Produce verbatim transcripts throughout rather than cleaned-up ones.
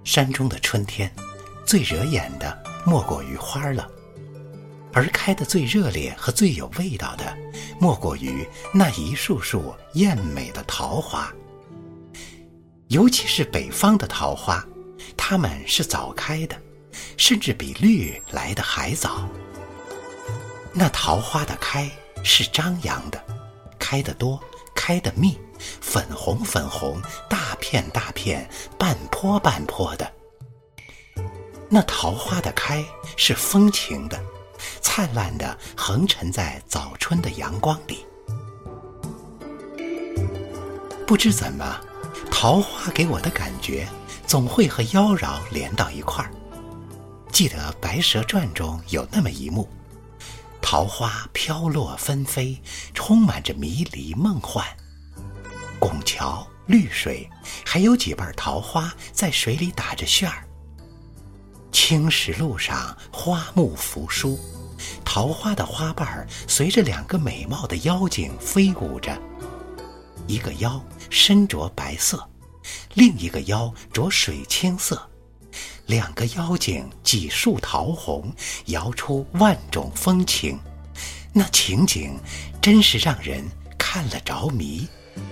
山中的春天，最惹眼的莫过于花了，而开得最热烈和最有味道的，莫过于那一束束艳美的桃花。尤其是北方的桃花，它们是早开的，甚至比绿来得还早。那桃花的开是张扬的，开得多，开得密，粉红粉红，大片大片，半坡半坡的。那桃花的开是风情的，灿烂的横陈在早春的阳光里。不知怎么，桃花给我的感觉总会和妖娆连到一块儿。记得《白蛇传》中有那么一幕，桃花飘落纷飞，充满着迷离梦幻。拱桥、绿水，还有几瓣桃花在水里打着旋儿。青石路上花木扶疏，桃花的花瓣随着两个美貌的妖精飞舞着，一个妖身着白色，另一个妖着水青色，两个妖精几束桃红，摇出万种风情，那情景真是让人看了着迷。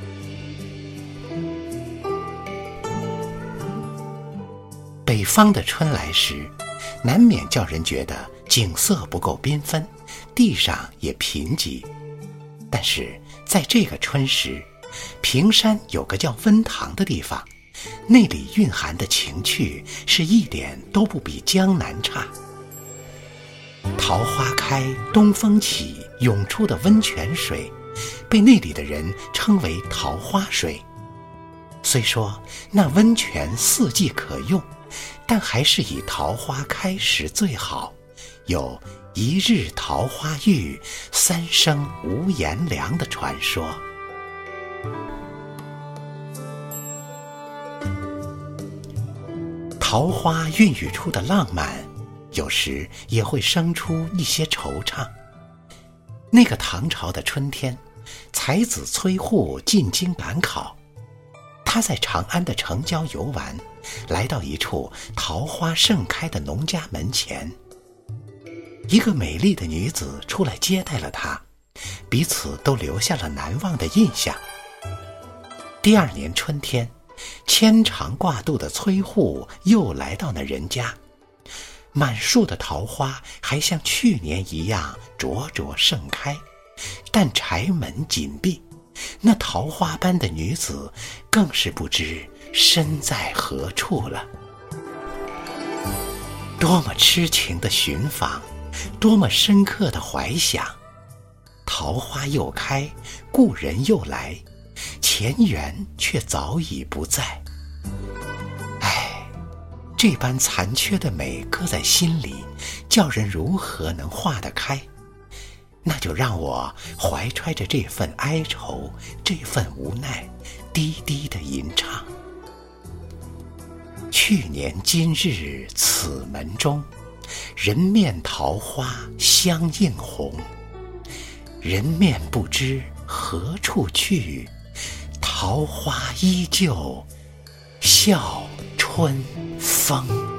北方的春来时，难免叫人觉得景色不够缤纷，地上也贫瘠。但是在这个春时，平山有个叫温塘的地方，那里蕴含的情趣是一点都不比江南差。桃花开，东风起，涌出的温泉水，被那里的人称为桃花水。虽说那温泉四季可用，但还是以桃花开时最好，有一日桃花浴，三生无颜凉的传说。桃花孕育出的浪漫，有时也会生出一些惆怅。那个唐朝的春天，才子崔护进京赶考，他在长安的城郊游玩，来到一处桃花盛开的农家门前。一个美丽的女子出来接待了他，彼此都留下了难忘的印象。第二年春天，牵肠挂肚的崔护又来到那人家，满树的桃花还像去年一样灼灼盛开，但柴门紧闭，那桃花般的女子更是不知身在何处了。多么痴情的寻访，多么深刻的怀想。桃花又开，故人又来，前缘却早已不在。唉，这般残缺的美搁在心里，叫人如何能化得开？那就让我怀揣着这份哀愁，这份无奈，低低的吟唱。去年今日此门中，人面桃花相映红。人面不知何处去，桃花依旧笑春风。